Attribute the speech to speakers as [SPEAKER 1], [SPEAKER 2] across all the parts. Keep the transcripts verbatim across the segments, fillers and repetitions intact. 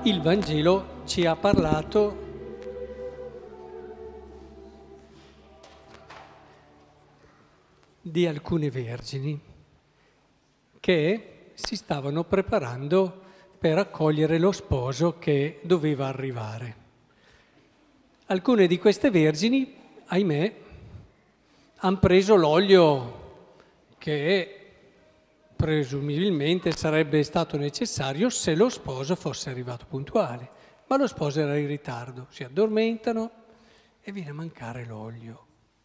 [SPEAKER 1] il Vangelo ci ha parlato di alcune vergini che si stavano preparando per accogliere lo sposo che doveva arrivare. Alcune di queste vergini, ahimè, hanno preso l'olio che presumibilmente sarebbe stato necessario se lo sposo fosse arrivato puntuale, ma lo sposo era in ritardo, si addormentano e viene a mancare l'olio.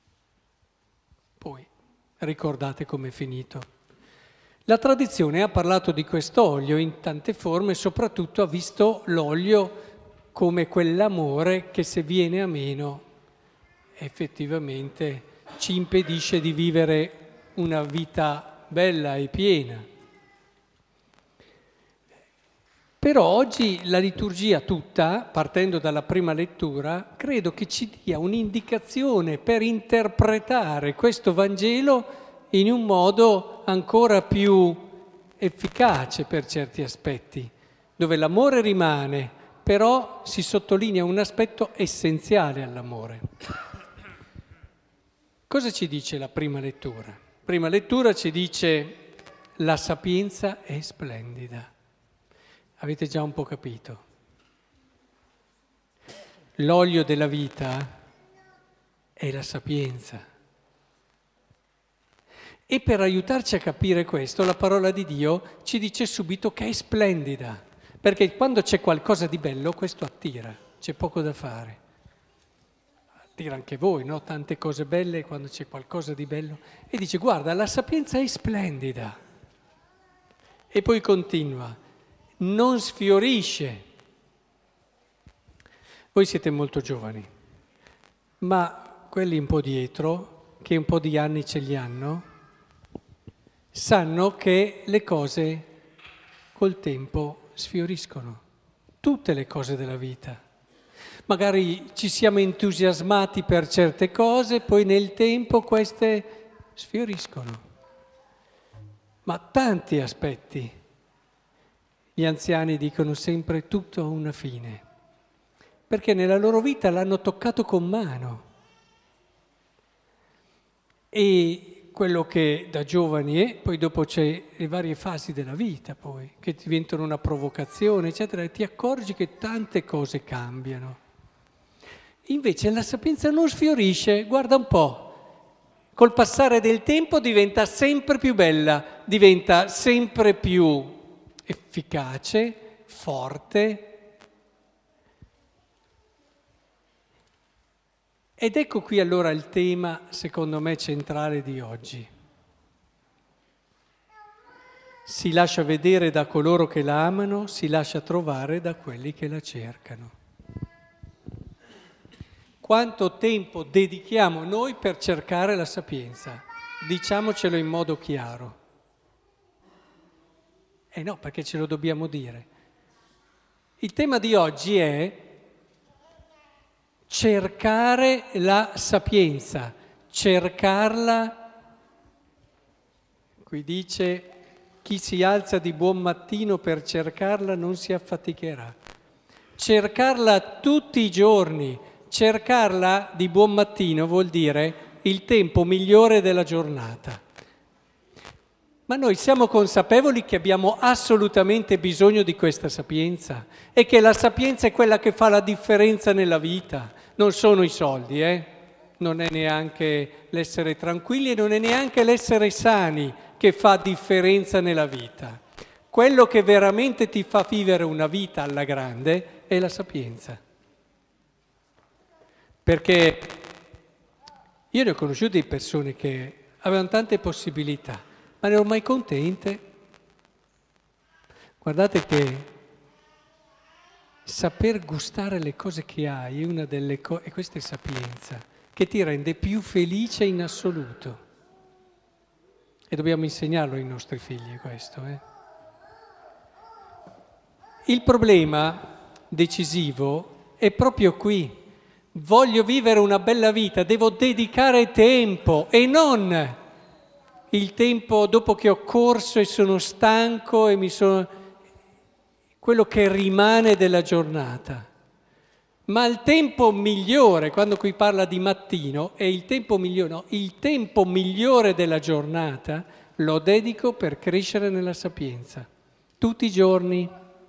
[SPEAKER 1] Poi ricordate com'è finito. La tradizione ha parlato di quest'olio in tante forme, soprattutto ha visto l'olio come quell'amore che se viene a meno effettivamente ci impedisce di vivere una vita bella e piena. Però oggi la liturgia tutta, partendo dalla prima lettura, credo che ci dia un'indicazione per interpretare questo Vangelo in un modo ancora più efficace per certi aspetti, dove l'amore rimane, però si sottolinea un aspetto essenziale all'amore. Cosa ci dice la prima lettura? Prima lettura ci dice: la sapienza è splendida. Avete già un po' capito. L'olio della vita è la sapienza. E per aiutarci a capire questo, la parola di Dio ci dice subito che è splendida, perché quando c'è qualcosa di bello, questo attira, c'è poco da fare. Attira anche voi, no? Tante cose belle quando c'è qualcosa di bello. E dice: guarda, la sapienza è splendida. E poi continua: non sfiorisce. Voi siete molto giovani, ma quelli un po' dietro, che un po' di anni ce li hanno, sanno che le cose col tempo sfioriscono, tutte le cose della vita. Magari ci siamo entusiasmati per certe cose, poi nel tempo queste sfioriscono. Ma tanti aspetti. Gli anziani dicono sempre: tutto ha una fine, perché nella loro vita l'hanno toccato con mano. E quello che da giovani è, poi dopo c'è le varie fasi della vita poi, che diventano una provocazione, eccetera, e ti accorgi che tante cose cambiano. Invece la sapienza non sfiorisce, guarda un po', col passare del tempo diventa sempre più bella, diventa sempre più efficace, forte. Ed ecco qui allora il tema, secondo me, centrale di oggi. Si lascia vedere da coloro che la amano, si lascia trovare da quelli che la cercano. Quanto tempo dedichiamo noi per cercare la sapienza? Diciamocelo in modo chiaro. Eh no, perché ce lo dobbiamo dire. Il tema di oggi è cercare la sapienza, cercarla, qui dice: chi si alza di buon mattino per cercarla non si affaticherà. Cercarla tutti i giorni, cercarla di buon mattino vuol dire il tempo migliore della giornata. Ma noi siamo consapevoli che abbiamo assolutamente bisogno di questa sapienza e che la sapienza è quella che fa la differenza nella vita. Non sono i soldi, eh? Non è neanche l'essere tranquilli e non è neanche l'essere sani che fa differenza nella vita. Quello che veramente ti fa vivere una vita alla grande è la sapienza. Perché io ne ho conosciute persone che avevano tante possibilità, ma ne erano mai contente. Guardate che saper gustare le cose che hai è una delle cose, e questa è sapienza, che ti rende più felice in assoluto. E dobbiamo insegnarlo ai nostri figli questo. Eh? Il problema decisivo è proprio qui. Voglio vivere una bella vita, devo dedicare tempo e non il tempo dopo che ho corso e sono stanco e mi sono... quello che rimane della giornata. Ma il tempo migliore, quando qui parla di mattino, è il tempo migliore, no, il tempo migliore della giornata lo dedico per crescere nella sapienza, tutti i giorni.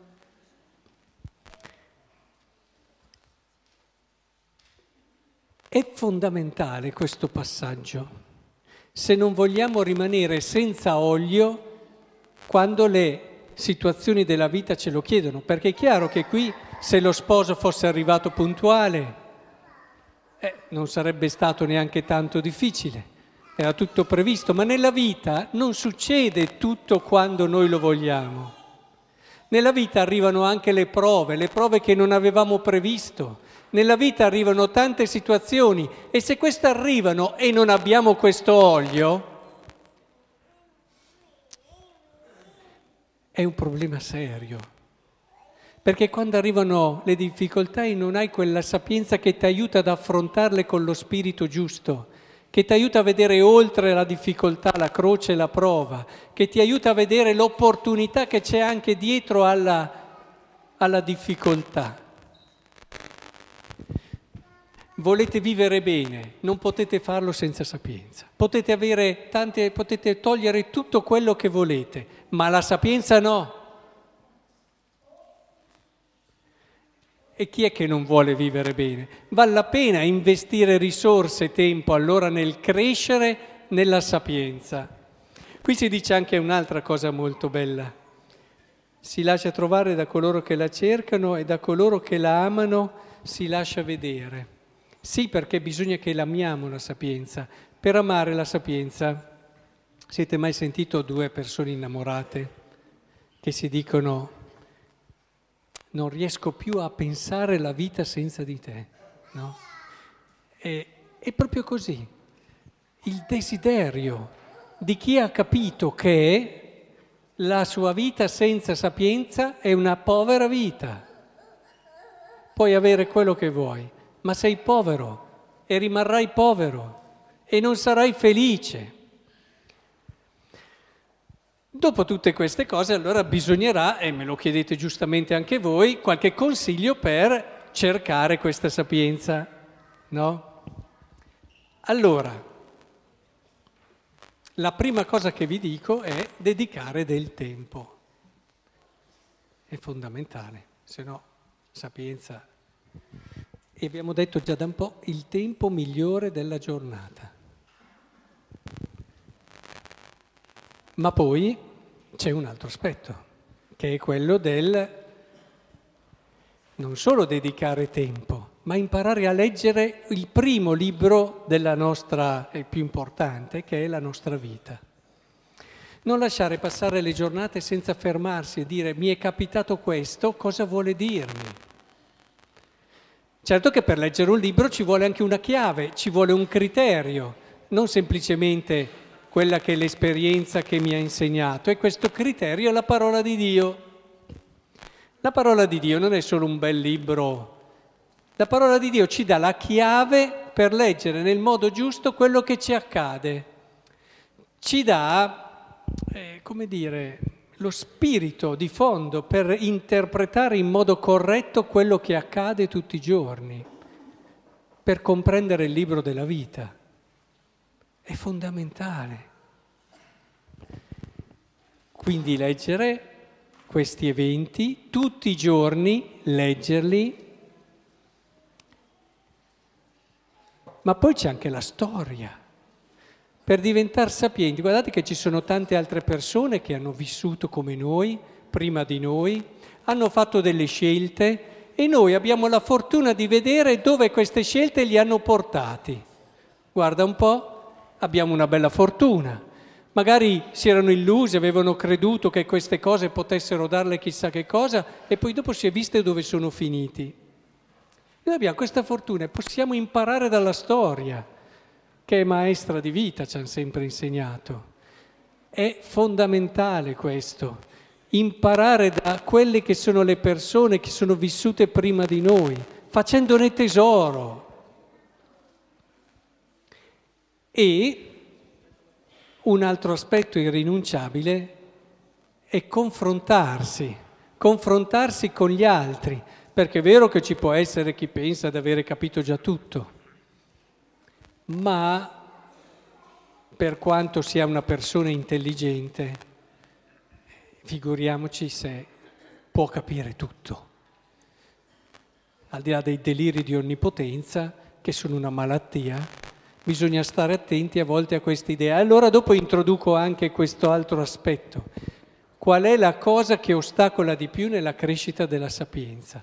[SPEAKER 1] È fondamentale questo passaggio, se non vogliamo rimanere senza olio quando le situazioni della vita ce lo chiedono, perché è chiaro che qui se lo sposo fosse arrivato puntuale eh, non sarebbe stato neanche tanto difficile, era tutto previsto, ma nella vita non succede tutto quando noi lo vogliamo. Nella vita arrivano anche le prove, le prove che non avevamo previsto. Nella vita arrivano tante situazioni e se queste arrivano e non abbiamo questo olio, è un problema serio. Perché quando arrivano le difficoltà e non hai quella sapienza che ti aiuta ad affrontarle con lo spirito giusto, che ti aiuta a vedere oltre la difficoltà, la croce e la prova, che ti aiuta a vedere l'opportunità che c'è anche dietro alla, alla difficoltà. Volete vivere bene, non potete farlo senza sapienza. Potete avere tante, potete togliere tutto quello che volete, ma la sapienza no. E chi è che non vuole vivere bene? Vale la pena investire risorse e tempo allora nel crescere nella sapienza. Qui si dice anche un'altra cosa molto bella. Si lascia trovare da coloro che la cercano e da coloro che la amano si lascia vedere. Sì, perché bisogna che l'amiamo la sapienza. Per amare la sapienza, siete mai sentito due persone innamorate che si dicono: non riesco più a pensare la vita senza di te, no? È, è proprio così. Il desiderio di chi ha capito che la sua vita senza sapienza è una povera vita. Puoi avere quello che vuoi, ma sei povero e rimarrai povero e non sarai felice. Dopo tutte queste cose allora bisognerà, e me lo chiedete giustamente anche voi, qualche consiglio per cercare questa sapienza, no? Allora, la prima cosa che vi dico è dedicare del tempo. È fondamentale, se no sapienza. E abbiamo detto già da un po' il tempo migliore della giornata. Ma poi c'è un altro aspetto, che è quello del non solo dedicare tempo, ma imparare a leggere il primo libro della nostra, il più importante, che è la nostra vita. Non lasciare passare le giornate senza fermarsi e dire: mi è capitato questo, cosa vuole dirmi? Certo che per leggere un libro ci vuole anche una chiave, ci vuole un criterio, non semplicemente quella che è l'esperienza che mi ha insegnato, e questo criterio è la parola di Dio. La parola di Dio non è solo un bel libro, la parola di Dio ci dà la chiave per leggere nel modo giusto quello che ci accade, ci dà, eh, come dire, lo spirito di fondo per interpretare in modo corretto quello che accade tutti i giorni, per comprendere il libro della vita. È fondamentale. Quindi leggere questi eventi, tutti i giorni leggerli, ma poi c'è anche la storia. Per diventare sapienti, guardate che ci sono tante altre persone che hanno vissuto come noi, prima di noi, hanno fatto delle scelte e noi abbiamo la fortuna di vedere dove queste scelte li hanno portati. Guarda un po', abbiamo una bella fortuna. Magari si erano illusi, avevano creduto che queste cose potessero darle chissà che cosa e poi dopo si è viste dove sono finiti. Noi abbiamo questa fortuna e possiamo imparare dalla storia, che è maestra di vita, ci hanno sempre insegnato. È fondamentale questo, imparare da quelle che sono le persone che sono vissute prima di noi, facendone tesoro. E un altro aspetto irrinunciabile è confrontarsi, confrontarsi con gli altri, perché è vero che ci può essere chi pensa di avere capito già tutto, ma per quanto sia una persona intelligente, figuriamoci se può capire tutto, al di là dei deliri di onnipotenza, che sono una malattia. Bisogna stare attenti a volte a questa idea. Allora dopo introduco anche questo altro aspetto. Qual è la cosa che ostacola di più nella crescita della sapienza?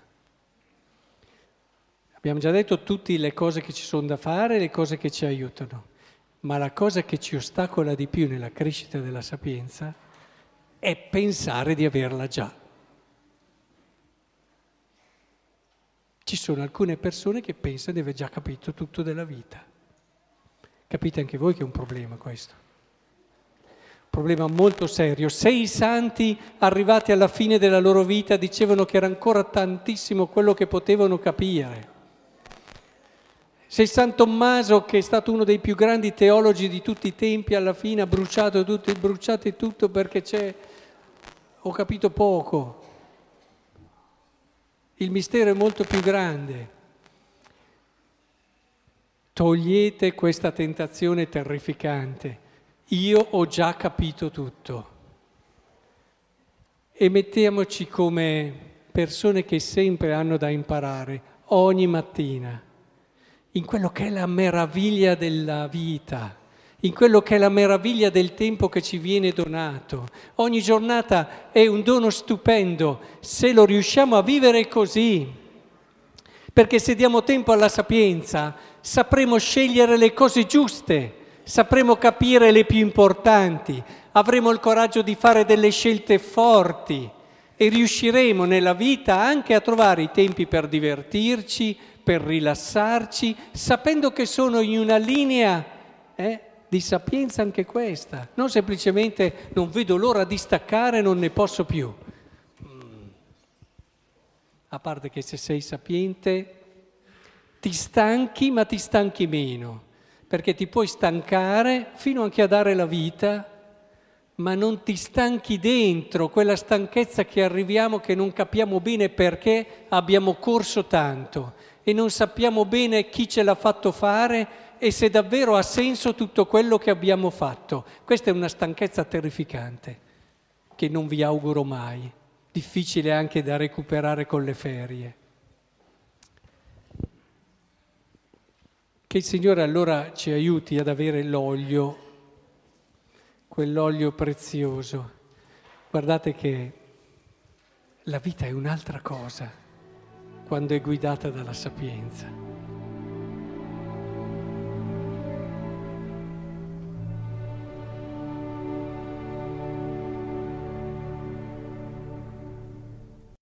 [SPEAKER 1] Abbiamo già detto tutte le cose che ci sono da fare, le cose che ci aiutano, ma la cosa che ci ostacola di più nella crescita della sapienza è pensare di averla già. Ci sono alcune persone che pensano di aver già capito tutto della vita. Capite anche voi che è un problema questo? Un problema molto serio. Se i santi, arrivati alla fine della loro vita, dicevano che era ancora tantissimo quello che potevano capire. Se San Tommaso, che è stato uno dei più grandi teologi di tutti i tempi, alla fine ha bruciato tutto, bruciate tutto perché c'è, ho capito poco. Il mistero è molto più grande. Togliete questa tentazione terrificante. Io ho già capito tutto. E mettiamoci come persone che sempre hanno da imparare, ogni mattina, in quello che è la meraviglia della vita, in quello che è la meraviglia del tempo che ci viene donato. Ogni giornata è un dono stupendo, se lo riusciamo a vivere così. Perché se diamo tempo alla sapienza, sapremo scegliere le cose giuste, sapremo capire le più importanti, avremo il coraggio di fare delle scelte forti e riusciremo nella vita anche a trovare i tempi per divertirci, per rilassarci, sapendo che sono in una linea eh, di sapienza anche questa, non semplicemente non vedo l'ora di staccare, non ne posso più. A parte che se sei sapiente ti stanchi, ma ti stanchi meno, perché ti puoi stancare fino anche a dare la vita, ma non ti stanchi dentro, quella stanchezza che arriviamo che non capiamo bene perché abbiamo corso tanto e non sappiamo bene chi ce l'ha fatto fare e se davvero ha senso tutto quello che abbiamo fatto. Questa è una stanchezza terrificante, che non vi auguro mai. Difficile anche da recuperare con le ferie. Che il Signore allora ci aiuti ad avere l'olio, quell'olio prezioso. Guardate che la vita è un'altra cosa quando è guidata dalla sapienza.